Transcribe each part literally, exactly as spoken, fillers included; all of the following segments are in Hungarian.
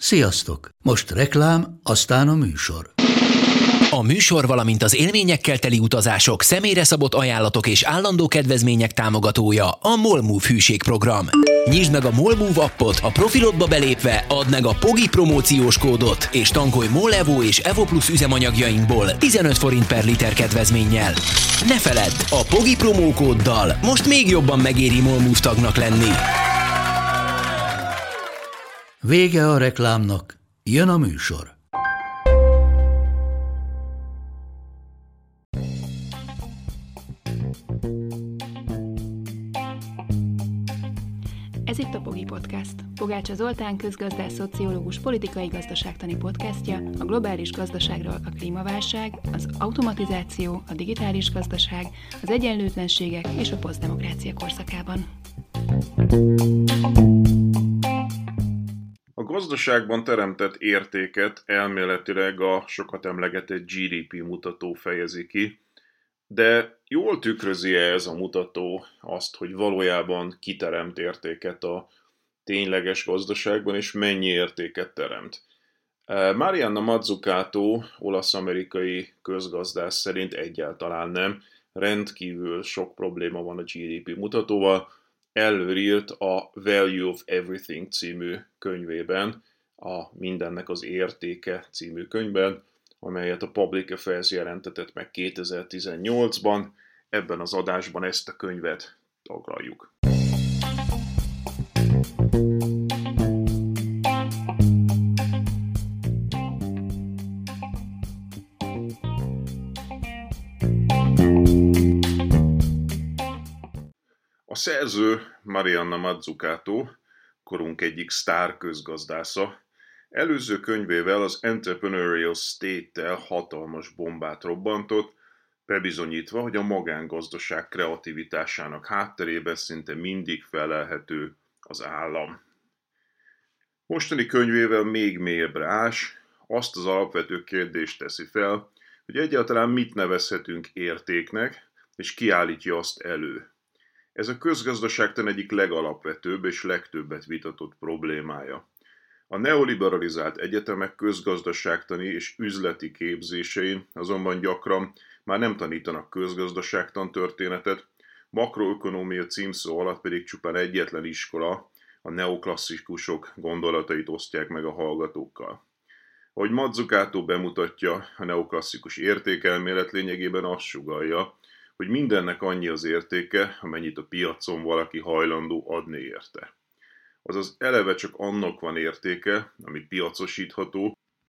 Sziasztok! Most reklám, aztán a műsor. A műsor, valamint az élményekkel teli utazások, személyre szabott ajánlatok és állandó kedvezmények támogatója a MOLMOVE hűségprogram. Nyisd meg a MOLMOVE appot, a profilodba belépve add meg a Pogi promóciós kódot, és tankolj MOL Evo és Evo Plus üzemanyagjainkból tizenöt forint per liter kedvezménnyel. Ne feledd, a Pogi promókóddal most még jobban megéri MOLMOVE tagnak lenni. Vége a reklámnak, jön a műsor. Ez itt a Pogi Podcast. Pogácsa Zoltán közgazdász, szociológus, politikai gazdaságtani podcastja a globális gazdaságról a klímaválság, az automatizáció, a digitális gazdaság, az egyenlőtlenségek és a posztdemokrácia korszakában. A gazdaságban teremtett értéket elméletileg a sokat emlegetett gé dé pé mutató fejezi ki, de jól tükrözi-e ez a mutató azt, hogy valójában kiteremt értéket a tényleges gazdaságban, és mennyi értéket teremt? Marianna Mazzucato, olasz-amerikai közgazdász szerint egyáltalán nem, rendkívül sok probléma van a gé dé pé mutatóval. Előírt a Value of Everything című könyvében, a Mindennek az értéke című könyvben, amelyet a Public Affairs jelentetett meg kétezer-tizennyolcban. Ebben az adásban ezt a könyvet taglaljuk. A szerző Marianna Mazzucato, korunk egyik sztár közgazdásza, előző könyvével az Entrepreneurial State-tel hatalmas bombát robbantott, bebizonyítva, hogy a magángazdaság kreativitásának hátterében szinte mindig felelhető az állam. Mostani könyvével még mélyebbre ás, azt az alapvető kérdést teszi fel, hogy egyáltalán mit nevezhetünk értéknek, és ki állítja azt elő. Ez a közgazdaságtan egyik legalapvetőbb és legtöbbet vitatott problémája. A neoliberalizált egyetemek közgazdaságtani és üzleti képzésein azonban gyakran már nem tanítanak közgazdaságtan történetet, makroökonómia címszó alatt pedig csupán egyetlen iskola, a neoklasszikusok gondolatait osztják meg a hallgatókkal. Ahogy Mazzucato bemutatja, a neoklasszikus értékelmélet lényegében azt sugallja, hogy mindennek annyi az értéke, amennyit a piacon valaki hajlandó adni érte. Azaz eleve csak annak van értéke, ami piacosítható.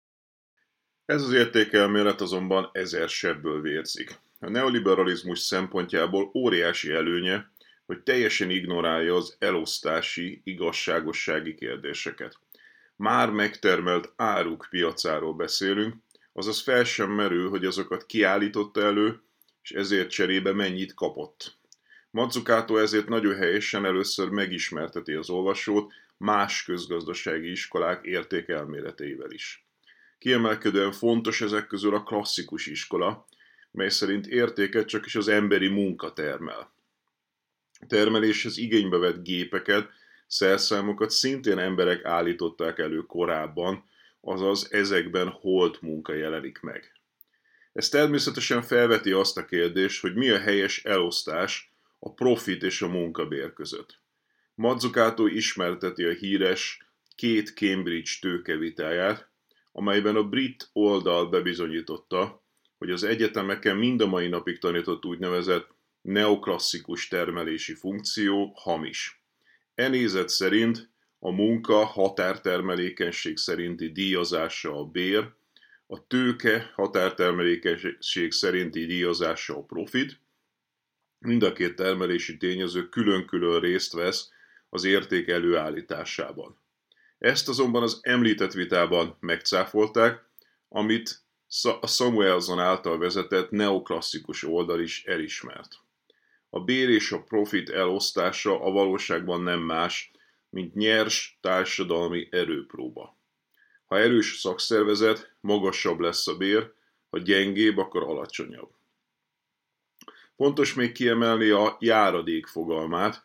Ez az értékelmélet azonban ezer sebből vérzik. A neoliberalizmus szempontjából óriási előnye, hogy teljesen ignorálja az elosztási, igazságossági kérdéseket. Már megtermelt áruk piacáról beszélünk, azaz fel sem merül, hogy azokat kiállította elő, és ezért cserébe mennyit kapott. Mazzucato ezért nagyon helyesen először megismerteti az olvasót más közgazdasági iskolák értékelméleteivel is. Kiemelkedően fontos ezek közül a klasszikus iskola, mely szerint értéket csak is az emberi munka termel. A termeléshez igénybe vett gépeket, szerszámokat szintén emberek állították elő korábban, azaz ezekben holt munka jelenik meg. Ez természetesen felveti azt a kérdést, hogy mi a helyes elosztás a profit és a munkabér között. Mazzucato ismerteti a híres két Cambridge tőkevitáját, amelyben a brit oldal bebizonyította, hogy az egyetemeken mind a mai napig tanított úgynevezett neoklasszikus termelési funkció hamis. E nézet szerint a munka határtermelékenység szerinti díjazása a bér, a tőke határtermelékenység szerinti díjazása a profit, mind a két termelési tényező külön-külön részt vesz az érték előállításában. Ezt azonban az említett vitában megcáfolták, amit a Samuelson által vezetett neoklasszikus oldal is elismert. A bér és a profit elosztása a valóságban nem más, mint nyers társadalmi erőpróba. Ha erős a szakszervezet, magasabb lesz a bér, ha gyengébb, akkor alacsonyabb. Fontos még kiemelni a járadék fogalmát,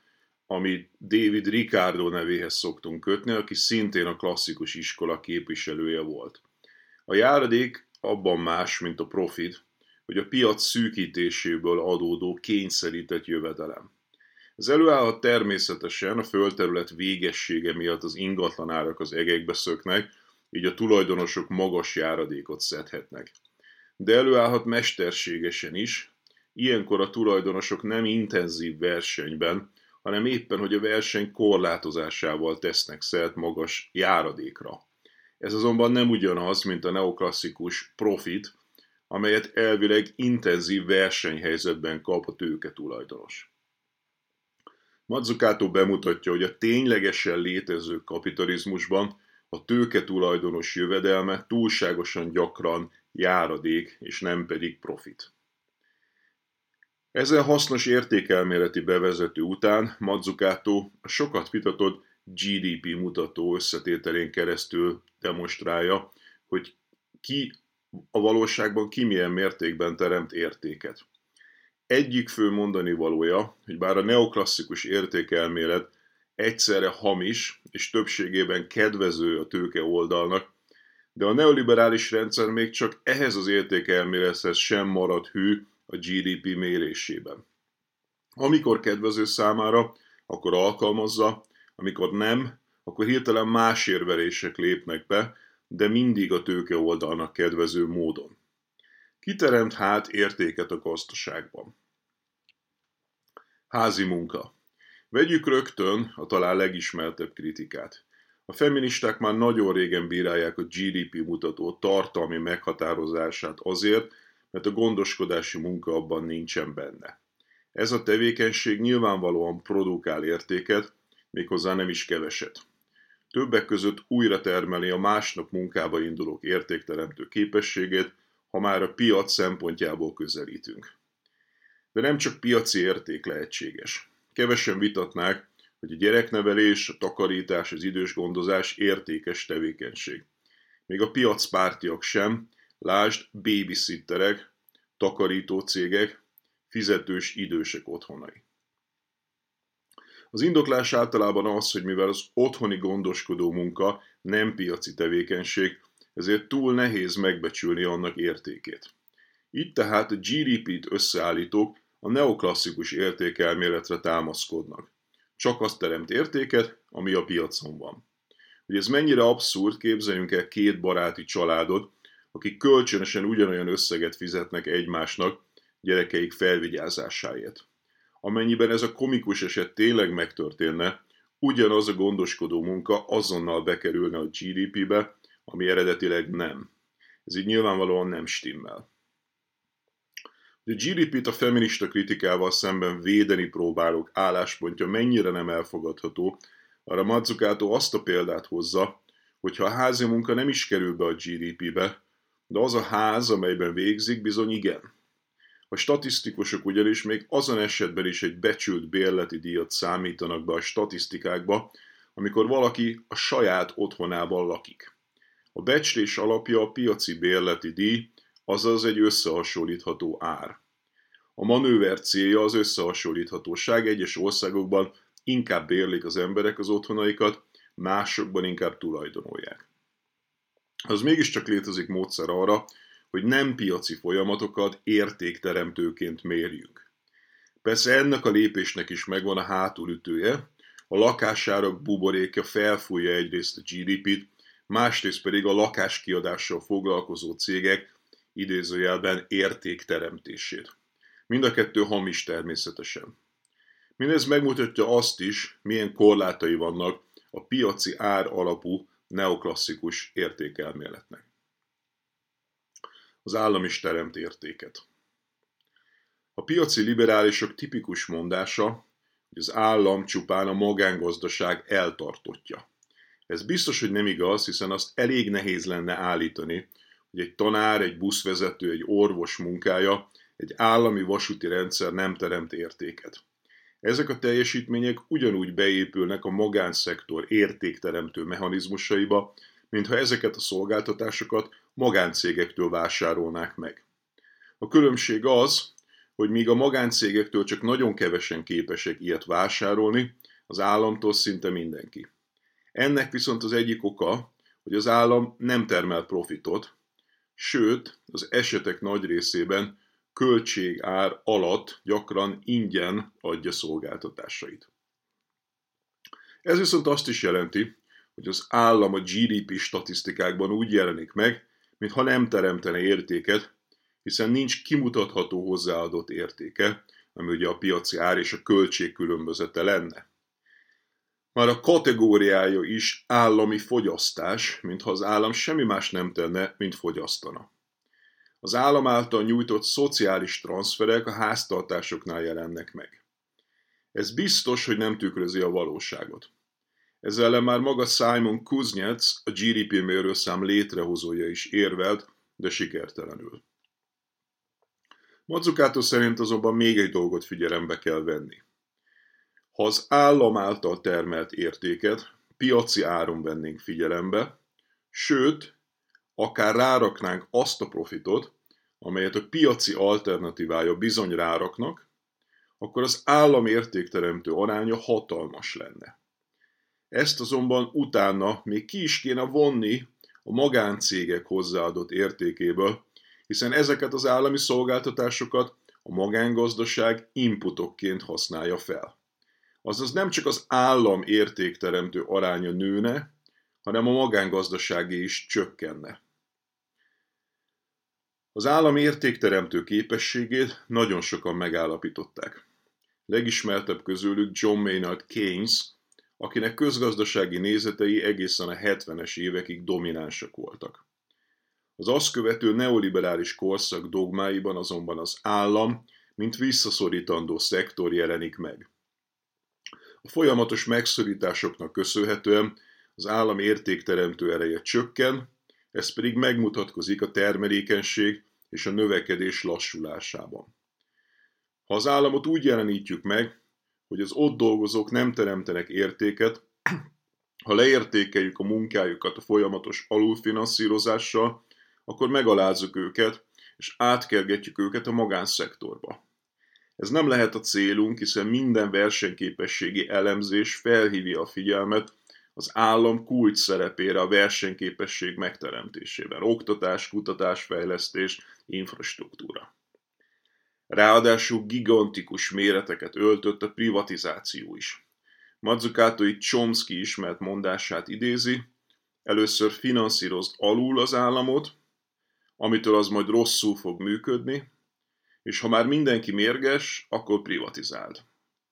amit David Ricardo nevéhez szoktunk kötni, aki szintén a klasszikus iskola képviselője volt. A járadék abban más, mint a profit, hogy a piac szűkítéséből adódó kényszerített jövedelem. Ez előállhat természetesen a földterület végessége miatt az ingatlanárak az egekbe szöknek, így a tulajdonosok magas járadékot szedhetnek. De előállhat mesterségesen is, ilyenkor a tulajdonosok nem intenzív versenyben, hanem éppen, hogy a verseny korlátozásával tesznek szert magas járadékra. Ez azonban nem ugyanaz, mint a neoklasszikus profit, amelyet elvileg intenzív versenyhelyzetben kap a tőketulajdonos. Mazzucato bemutatja, hogy a ténylegesen létező kapitalizmusban a tőketulajdonos jövedelme túlságosan gyakran járadék, és nem pedig profit. Ezen hasznos értékelméleti bevezető után Mazzucato a sokat vitatott gé dé pé mutató összetételén keresztül demonstrálja, hogy ki a valóságban ki milyen mértékben teremt értéket. Egyik fő mondani valója, hogy bár a neoklasszikus értékelmélet egyszerre hamis és többségében kedvező a tőke oldalnak, de a neoliberális rendszer még csak ehhez az értékelmélethez sem marad hű a gé dé pé mérésében. Amikor kedvező számára, akkor alkalmazza, amikor nem, akkor hirtelen más érvelések lépnek be, de mindig a tőke oldalnak kedvező módon. Kiteremt hát értéket a gazdaságban. Házi munka. Vegyük rögtön a talán legismertebb kritikát. A feministák már nagyon régen bírálják a gé dé pé mutató tartalmi meghatározását azért, mert a gondoskodási munka abban nincsen benne. Ez a tevékenység nyilvánvalóan produkál értéket, méghozzá nem is keveset. Többek között újra termeli a másnap munkába indulók értékteremtő képességét, ha már a piac szempontjából közelítünk. De nem csak piaci érték lehetséges. Kevesen vitatnák, hogy a gyereknevelés, a takarítás, az idős gondozás értékes tevékenység. Még a piacpártiak sem, lásd babysitterek, takarító cégek, fizetős idősek otthonai. Az indoklás általában az, hogy mivel az otthoni gondoskodó munka nem piaci tevékenység, ezért túl nehéz megbecsülni annak értékét. Itt tehát a gé dé pét összeállítók a neoklasszikus értékelméletre támaszkodnak. Csak azt teremt értéket, ami a piacon van. Hogy ez mennyire abszurd, képzeljünk el két baráti családot, akik kölcsönösen ugyanolyan összeget fizetnek egymásnak gyerekeik felvigyázásáért. Amennyiben ez a komikus eset tényleg megtörténne, ugyanaz a gondoskodó munka azonnal bekerülne a gé dé pébe, ami eredetileg nem. Ez így nyilvánvalóan nem stimmel. A gé dé pét a feminista kritikával szemben védeni próbálók álláspontja mennyire nem elfogadható, arra Mazzucato azt a példát hozza, hogyha a házi munka nem is kerül be a gé dé pébe, de az a ház, amelyben végzik, bizony igen. A statisztikusok ugyanis még azon esetben is egy becsült bérleti díjat számítanak be a statisztikákba, amikor valaki a saját otthonában lakik. A becslés alapja a piaci bérleti díj, azaz egy összehasonlítható ár. A manőver célja az összehasonlíthatóság, egyes országokban inkább bérlik az emberek az otthonaikat, másokban inkább tulajdonolják. Az mégiscsak létezik módszer arra, hogy nem piaci folyamatokat értékteremtőként mérjünk. Persze ennek a lépésnek is megvan a hátulütője, a lakásárak buborékja felfújja egyrészt a gé dé pét, másrészt pedig a lakáskiadással foglalkozó cégek idézőjelben értékteremtését. Mind a kettő hamis természetesen. Mindez megmutatja azt is, milyen korlátai vannak a piaci ár alapú neoklasszikus értékelméletnek. Az állam is teremt értéket. A piaci liberálisok tipikus mondása, hogy az állam csupán a magángazdaság eltartottja. Ez biztos, hogy nem igaz, hiszen azt elég nehéz lenne állítani, hogy egy tanár, egy buszvezető, egy orvos munkája, egy állami vasúti rendszer nem teremt értéket. Ezek a teljesítmények ugyanúgy beépülnek a magánszektor értékteremtő mechanizmusaiba, mintha ezeket a szolgáltatásokat magáncégektől vásárolnák meg. A különbség az, hogy míg a magáncégektől csak nagyon kevesen képesek ilyet vásárolni, az államtól szinte mindenki. Ennek viszont az egyik oka, hogy az állam nem termel profitot, sőt, az esetek nagy részében költségár alatt gyakran ingyen adja szolgáltatásait. Ez viszont azt is jelenti, hogy az állam a gé dé pé statisztikákban úgy jelenik meg, mintha nem teremtene értéket, hiszen nincs kimutatható hozzáadott értéke, ami ugye a piaci ár és a költség különbözete lenne. Már a kategóriája is állami fogyasztás, mintha az állam semmi más nem tenne, mint fogyasztana. Az állam által nyújtott szociális transzferek a háztartásoknál jelennek meg. Ez biztos, hogy nem tükrözi a valóságot. Ezzel ellen már maga Simon Kuznets, a gé dé pé mérőszám létrehozója is érvelt, de sikertelenül. Mazzucato szerint azonban még egy dolgot figyelembe kell venni. Ha az állam által termelt értéket piaci áron vennénk figyelembe, sőt, akár ráraknánk azt a profitot, amelyet a piaci alternatívája bizony ráraknak, akkor az állam értékteremtő aránya hatalmas lenne. Ezt azonban utána még ki is kéne vonni a magáncégek hozzáadott értékéből, hiszen ezeket az állami szolgáltatásokat a magángazdaság inputokként használja fel. Azaz nem csak az állam értékteremtő aránya nőne, hanem a magángazdaságé is csökkenne. Az állam értékteremtő képességét nagyon sokan megállapították. Legismertebb közülük John Maynard Keynes, akinek közgazdasági nézetei egészen a hetvenes évekig dominánsak voltak. Az azt követő neoliberális korszak dogmáiban azonban az állam, mint visszaszorítandó szektor jelenik meg. A folyamatos megszorításoknak köszönhetően az állam értékteremtő ereje csökken, ez pedig megmutatkozik a termelékenység és a növekedés lassulásában. Ha az államot úgy jelenítjük meg, hogy az ott dolgozók nem teremtenek értéket, ha leértékeljük a munkájukat a folyamatos alulfinanszírozással, akkor megalázzuk őket, és átkergetjük őket a magánszektorba. Ez nem lehet a célunk, hiszen minden versenyképességi elemzés felhívja a figyelmet az állam kulcs szerepére a versenyképesség megteremtésében. Oktatás, kutatás, fejlesztés, infrastruktúra. Ráadásul gigantikus méreteket öltött a privatizáció is. Mazzucato itt Chomsky ismert mondását idézi, először finanszírozd alul az államot, amitől az majd rosszul fog működni, és ha már mindenki mérges, akkor privatizáld.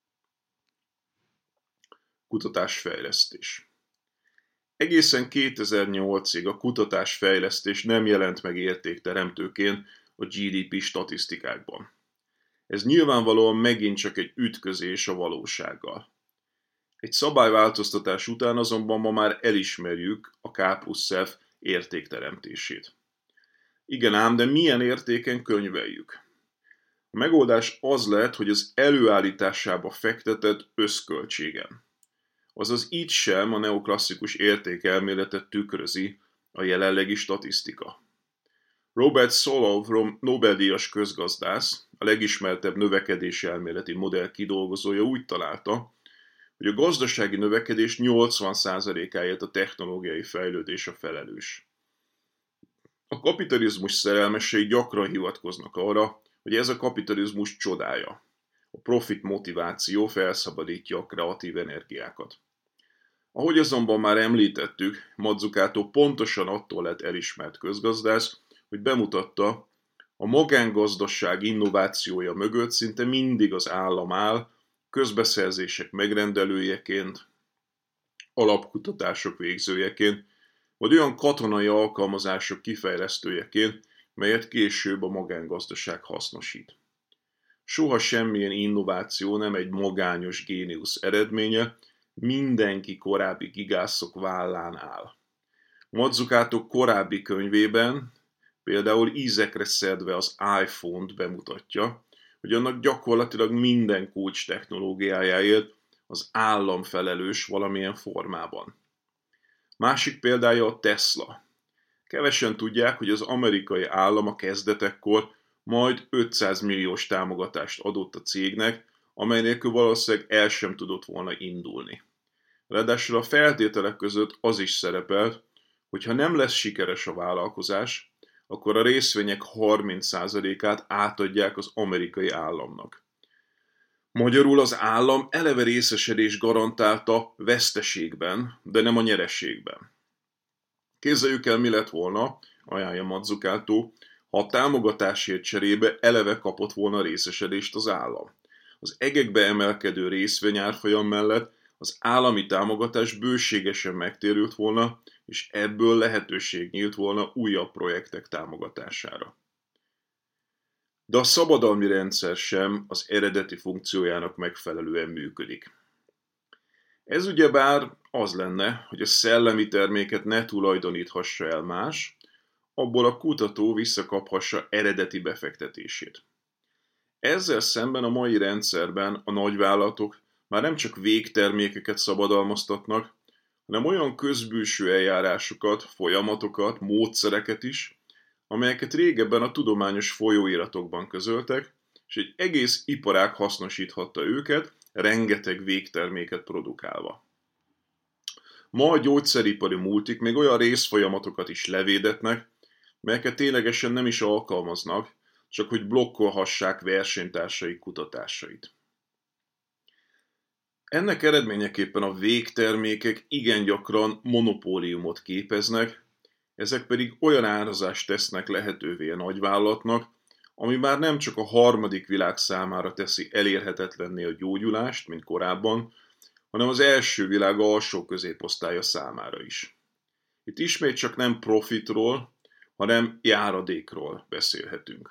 Kutatásfejlesztés. Egészen kétezer-nyolcig a kutatásfejlesztés nem jelent meg értékteremtőként a gé dé pé statisztikákban. Ez nyilvánvalóan megint csak egy ütközés a valósággal. Egy szabályváltoztatás után azonban ma már elismerjük a K plusz F értékteremtését. Igen ám, de milyen értéken könyveljük? A megoldás az lehet, hogy az előállításába fektetett összköltségen. Azaz így sem a neoklasszikus értékelméletet tükrözi a jelenlegi statisztika. Robert Solov, Nobel-díjas közgazdász, a legismertebb növekedési elméleti modell kidolgozója úgy találta, hogy a gazdasági növekedés nyolcvan százalékáért a technológiai fejlődés a felelős. A kapitalizmus szerelmesei gyakran hivatkoznak arra, hogy ez a kapitalizmus csodája. A profit motiváció felszabadítja a kreatív energiákat. Ahogy azonban már említettük, Mazzucato pontosan attól lett elismert közgazdász, hogy bemutatta, a magángazdaság innovációja mögött szinte mindig az állam áll, közbeszerzések megrendelőjeként, alapkutatások végzőjeként, vagy olyan katonai alkalmazások kifejlesztőjeként, melyet később a magángazdaság hasznosít. Soha semmilyen innováció nem egy magányos géniusz eredménye, mindenki korábbi gigászok vállán áll. Mazzucato korábbi könyvében például ízekre szedve az iPhone-t bemutatja, hogy annak gyakorlatilag minden kulcs technológiájáért az állam felelős valamilyen formában. Másik példája a Tesla. Kevesen tudják, hogy az amerikai állam a kezdetekkor majd ötszáz milliós támogatást adott a cégnek amely nélkül valószínűleg el sem tudott volna indulni. Ráadásul a feltételek között az is szerepelt, hogy ha nem lesz sikeres a vállalkozás, akkor a részvények harminc százalékát átadják az amerikai államnak. Magyarul az állam eleve részesedést garantálta veszteségben, de nem a nyereségben. Képzeljük el, mi lett volna, ajánlja Mazzucato, ha a támogatásért cserébe eleve kapott volna részesedést az állam. Az egekbe emelkedő részvényárfolyam mellett az állami támogatás bőségesen megtérült volna, és ebből lehetőség nyílt volna újabb projektek támogatására. De a szabadalmi rendszer sem az eredeti funkciójának megfelelően működik. Ez ugyebár az lenne, hogy a szellemi terméket ne tulajdoníthassa el más, abból a kutató visszakaphassa eredeti befektetését. Ezzel szemben a mai rendszerben a nagyvállalatok már nem csak végtermékeket szabadalmaztatnak, hanem olyan közbülső eljárásokat, folyamatokat, módszereket is, amelyeket régebben a tudományos folyóiratokban közöltek, és egy egész iparág hasznosíthatta őket, rengeteg végterméket produkálva. Ma a gyógyszeripari multik még olyan részfolyamatokat is levédetnek, melyeket ténylegesen nem is alkalmaznak, csak hogy blokkolhassák versenytársaik kutatásait. Ennek eredményeképpen a végtermékek igen gyakran monopóliumot képeznek, ezek pedig olyan árazást tesznek lehetővé a nagyvállalatnak, ami már nem csak a harmadik világ számára teszi elérhetetlenné a gyógyulást, mint korábban, hanem az első világ alsó középosztálya számára is. Itt ismét csak nem profitról, hanem járadékról beszélhetünk.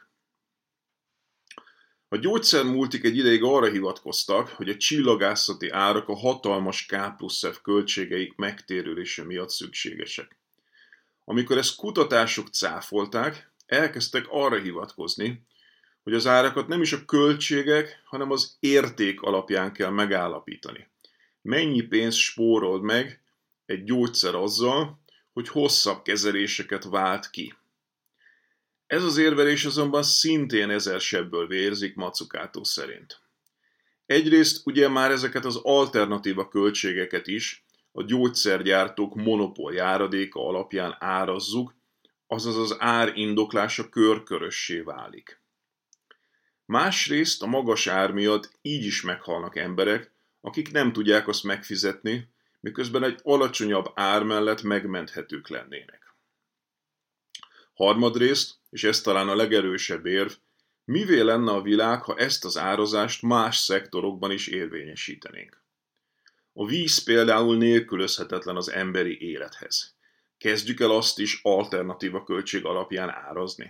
A gyógyszermultik egy ideig arra hivatkoztak, hogy a csillagászati árak a hatalmas K plusz F költségeik megtérülése miatt szükségesek. Amikor ezt kutatások cáfolták, elkezdtek arra hivatkozni, hogy az árakat nem is a költségek, hanem az érték alapján kell megállapítani. Mennyi pénzt spórold meg egy gyógyszer azzal, hogy hosszabb kezeléseket vált ki. Ez az érvelés azonban szintén ezer sebből vérzik Mazzucato szerint. Egyrészt ugye már ezeket az alternatíva költségeket is a gyógyszergyártók monopól járadéka alapján árazzuk, azaz az ár indoklása körkörössé válik. Másrészt a magas ár miatt így is meghalnak emberek, akik nem tudják azt megfizetni, miközben egy alacsonyabb ár mellett megmenthetők lennének. Harmadrészt, és ez talán a legerősebb érv, mivé lenne a világ, ha ezt az árazást más szektorokban is érvényesítenénk. A víz például nélkülözhetetlen az emberi élethez. Kezdjük el azt is alternatíva költség alapján árazni.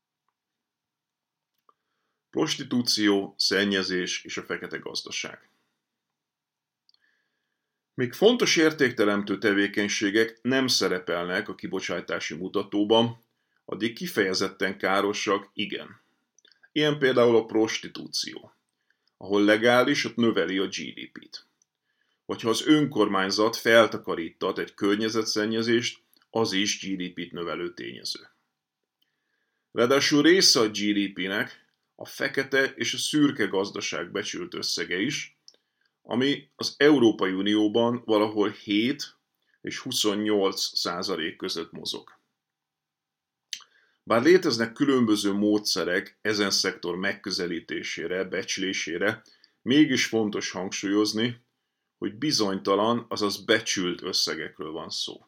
Prostitúció, szennyezés és a fekete gazdaság. Még fontos értékteremtő tevékenységek nem szerepelnek a kibocsátási mutatóban, addig kifejezetten károsak igen. Ilyen például a prostitúció, ahol legális, ott növeli a gé dé pét. Vagy ha az önkormányzat feltakarítat egy környezetszennyezést, az is gé dé pét növelő tényező. Ráadásul része a gé dé pének a fekete és a szürke gazdaság becsült összege is, ami az Európai Unióban valahol hét és huszonnyolc százalék között mozog. Bár léteznek különböző módszerek ezen szektor megközelítésére, becslésére, mégis fontos hangsúlyozni, hogy bizonytalan, azaz becsült összegekről van szó.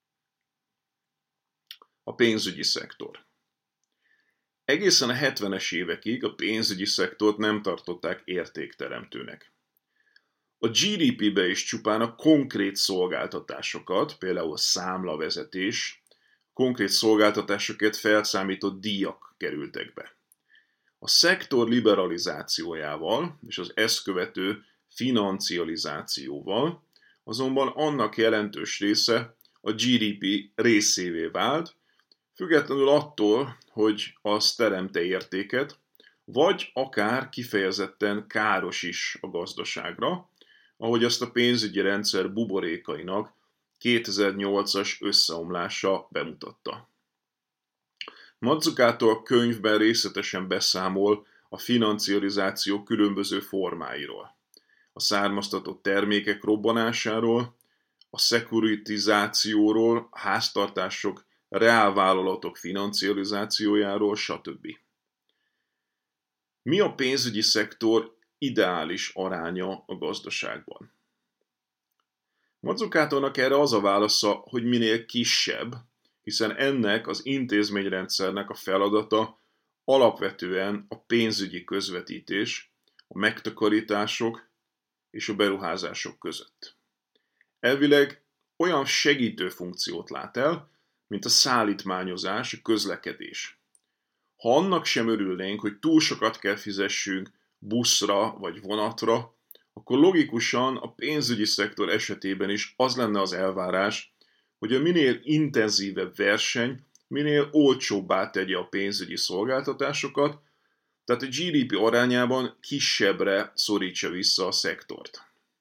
A pénzügyi szektor. Egészen a hetvenes évekig a pénzügyi szektort nem tartották értékteremtőnek. A gé dé pébe is csupán a konkrét szolgáltatásokat, például a számlavezetés, konkrét szolgáltatásokért felszámított díjak kerültek be. A szektor liberalizációjával és az ezt követő financializációval azonban annak jelentős része a gé dé pé részévé vált, függetlenül attól, hogy az teremte értéket, vagy akár kifejezetten káros is a gazdaságra, ahogy azt a pénzügyi rendszer buborékainak kétezer-nyolcas összeomlása bemutatta. Mazzucato a könyvben részletesen beszámol a a financiarizáció különböző formáiról, a származtatott termékek robbanásáról, a szekuritizációról, a háztartások, reálvállalatok financiarizációjáról, stb. Mi a pénzügyi szektor ideális aránya a gazdaságban? Mazzucatónak erre az a válasza, hogy minél kisebb, hiszen ennek az intézményrendszernek a feladata alapvetően a pénzügyi közvetítés, a megtakarítások és a beruházások között. Elvileg olyan segítő funkciót lát el, mint a szállítmányozás, a közlekedés. Ha annak sem örülnénk, hogy túl sokat kell fizessünk buszra vagy vonatra, akkor logikusan a pénzügyi szektor esetében is az lenne az elvárás, hogy a minél intenzívebb verseny minél olcsóbbá tegye a pénzügyi szolgáltatásokat, tehát a gé dé pé arányában kisebbre szorítsa vissza a szektort.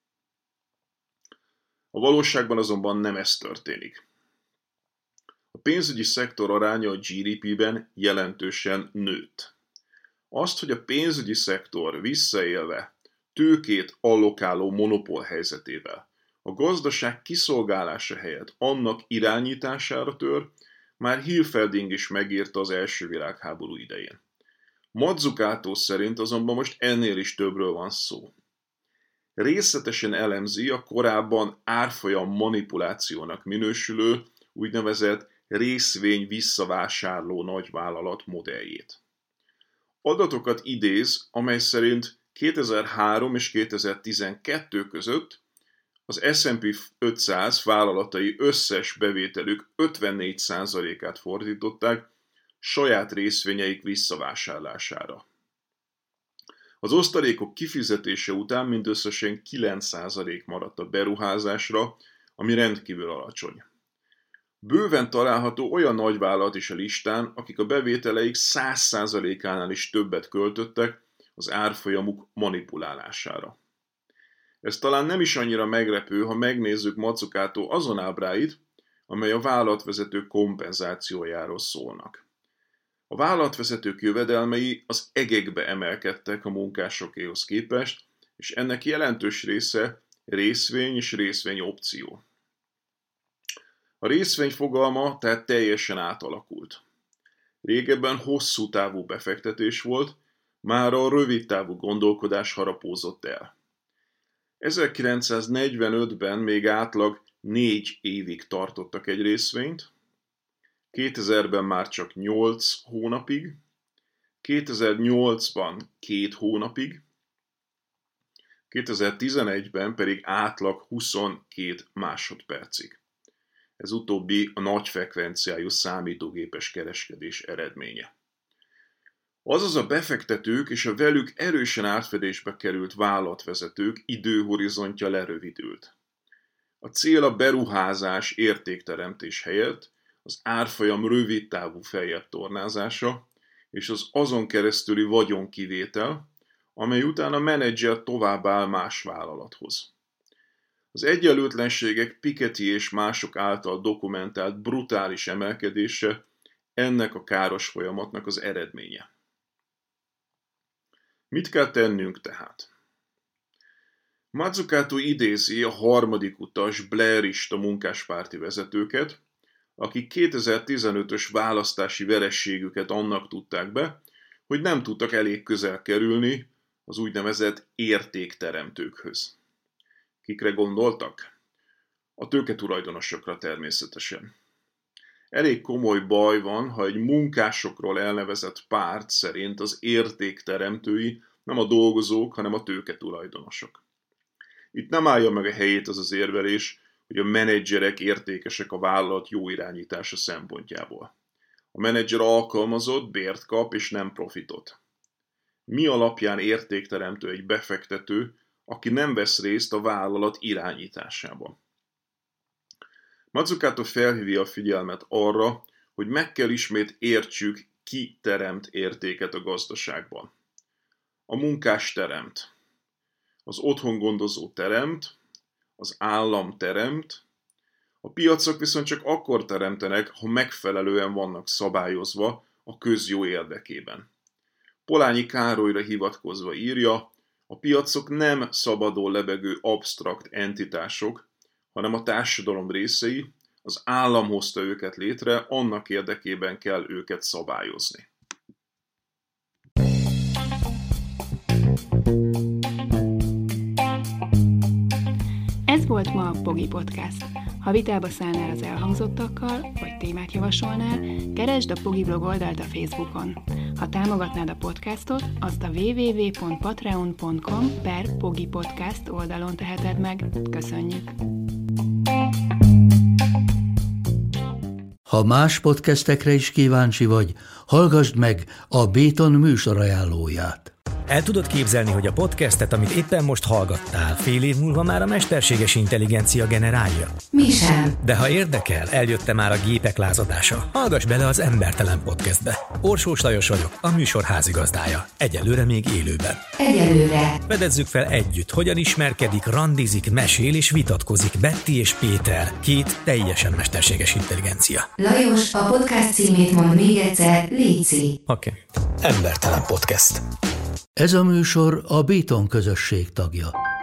A valóságban azonban nem ez történik. A pénzügyi szektor aránya a gé dé pében jelentősen nőtt. Azt, hogy a pénzügyi szektor visszaélve tőkét allokáló monopól helyzetével a gazdaság kiszolgálása helyett annak irányítására tör, már Hilferding is megírta az első világháború idején. Mazzucato szerint azonban most ennél is többről van szó. Részletesen elemzi a korábban árfolyam manipulációnak minősülő úgynevezett részvény visszavásárló nagyvállalat modelljét. Adatokat idéz, amely szerint kétezer-három és kétezer-tizenkettő között az es and pé ötszáz vállalatai összes bevételük ötvennégy százalékát fordították saját részvényeik visszavásárlására. Az osztalékok kifizetése után mindösszesen kilenc százalék maradt a beruházásra, ami rendkívül alacsony. Bőven található olyan nagyvállalat is a listán, akik a bevételeik száz százalékánál is többet költöttek az árfolyamuk manipulálására. Ez talán nem is annyira meglepő, ha megnézzük Mazzucato azon ábráit, amely a vállalatvezetők kompenzációjáról szólnak. A vállalatvezetők jövedelmei az egekbe emelkedtek a munkásokéhoz képest, és ennek jelentős része részvény és részvényopció. A részvény fogalma tehát teljesen átalakult. Régebben hosszú távú befektetés volt, mára a rövid távú gondolkodás harapózott el. ezerkilencszáznegyvenötben még átlag négy évig tartottak egy részvényt, kétezerben már csak nyolc hónapig, kétezer-nyolcban két hónapig, kétezer-tizenegyben pedig átlag huszonkét másodpercig. Ez utóbbi a nagy frekvenciájú számítógépes kereskedés eredménye. Azaz a befektetők és a velük erősen átfedésbe került vállalatvezetők időhorizontja lerövidült. A cél a beruházás értékteremtés helyett az árfolyam rövidtávú feljebb tornázása és az azon keresztüli vagyonkivétel, amely után a menedzser továbbáll más vállalathoz. Az egyenlőtlenségek Piketty és mások által dokumentált brutális emelkedése ennek a káros folyamatnak az eredménye. Mit kell tennünk tehát? Mazzucato idézi a harmadik utas blairista munkáspárti vezetőket, akik kétezer-tizenötös választási vereségüket annak tudták be, hogy nem tudtak elég közel kerülni az úgynevezett értékteremtőkhöz. Kikre gondoltak? A tőketulajdonosokra természetesen. Elég komoly baj van, ha egy munkásokról elnevezett párt szerint az értékteremtői nem a dolgozók, hanem a tőketulajdonosok. Itt nem állja meg a helyét az az érvelés, hogy a menedzserek értékesek a vállalat jó irányítása szempontjából. A menedzser alkalmazott, bért kap és nem profitot. Mi alapján értékteremtő egy befektető, aki nem vesz részt a vállalat irányításában? Mazzucato felhívja a figyelmet arra, hogy meg kell ismét értsük, ki teremt értéket a gazdaságban. A munkás teremt, az otthongondozó teremt, az állam teremt, a piacok viszont csak akkor teremtenek, ha megfelelően vannak szabályozva a közjó érdekében. Polányi Károlyra hivatkozva írja, a piacok nem szabadon lebegő absztrakt entitások, hanem a társadalom részei, az állam hozta őket létre, annak érdekében kell őket szabályozni. Ez volt ma a Pogi Podcast. Ha vitába szállnál az elhangzottakkal, vagy témát javasolnál, keresd a Pogi blog oldalt a Facebookon. Ha támogatnád a podcastot, azt a double-u double-u double-u pont patreon pont com per Pogi Podcast oldalon teheted meg. Köszönjük! Ha más podcastekre is kíváncsi vagy, hallgassd meg a Béton műsor ajánlóját. El tudod képzelni, hogy a podcastet, amit éppen most hallgattál, fél év múlva már a mesterséges intelligencia generálja? Mi sem. De ha érdekel, eljött már a gépek lázadása. Hallgass bele az Embertelen Podcastbe. Orsós Lajos vagyok, a műsor házigazdája. Egyelőre még élőben. Egyelőre. Fedezzük fel együtt, hogyan ismerkedik, randizik, mesél és vitatkozik Betty és Péter, két teljesen mesterséges intelligencia. Lajos, a podcast címét mond még egyszer, léci. Oké. Okay. Embertelen Podcast. Ez a műsor a Béton közösség tagja.